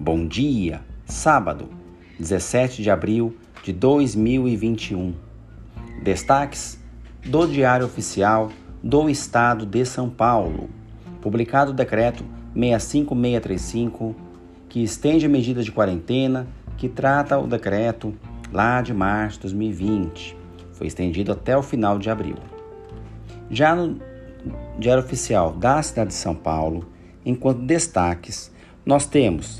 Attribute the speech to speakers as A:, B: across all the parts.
A: Bom dia, sábado, 17 de abril de 2021. Destaques do Diário Oficial do Estado de São Paulo. Publicado o decreto 65635, que estende a medida de quarentena, que trata o decreto lá de março de 2020. Foi estendido até o final de abril. Já no Diário Oficial da cidade de São Paulo, enquanto destaques, nós temos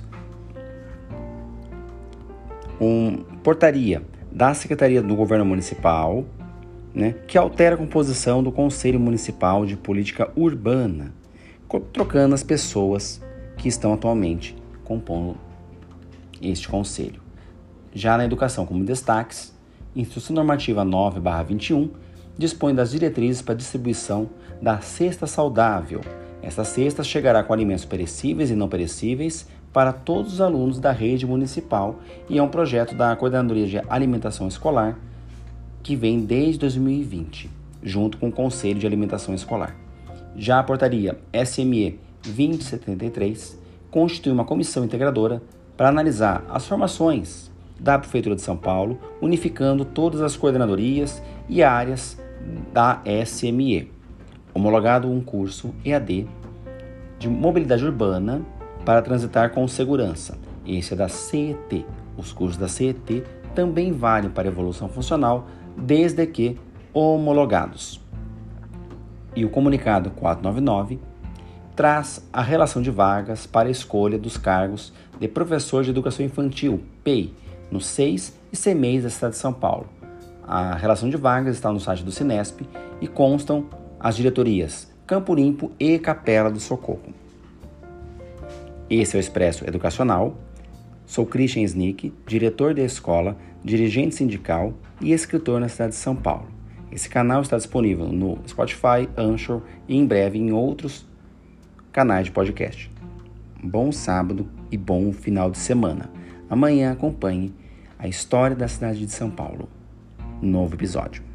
A: uma portaria da Secretaria do Governo Municipal, que altera a composição do Conselho Municipal de Política Urbana, trocando as pessoas que estão atualmente compondo este conselho. Já na educação, como destaques, Instrução Normativa 9/21 dispõe das diretrizes para a distribuição da cesta saudável. Esta cesta chegará com alimentos perecíveis e não perecíveis para todos os alunos da rede municipal e é um projeto da Coordenadoria de Alimentação Escolar que vem desde 2020, junto com o Conselho de Alimentação Escolar. Já a portaria SME 2073 constitui uma comissão integradora para analisar as formações da Prefeitura de São Paulo, unificando todas as coordenadorias e áreas da SME. Homologado um curso EAD de mobilidade urbana para transitar com segurança. Esse é da CET. Os cursos da CET também valem para evolução funcional, desde que homologados. E o comunicado 499 traz a relação de vagas para a escolha dos cargos de professor de educação infantil, PEI, nos 6 e CMEIs da cidade de São Paulo. A relação de vagas está no site do Cinesp e constam as diretorias Campo Limpo e Capela do Socorro. Esse é o Expresso Educacional. Sou Christian Snick, diretor da escola, dirigente sindical e escritor na cidade de São Paulo. Esse canal está disponível no Spotify, Anchor e em breve em outros canais de podcast. Bom sábado e bom final de semana. Amanhã acompanhe a história da cidade de São Paulo. Novo episódio.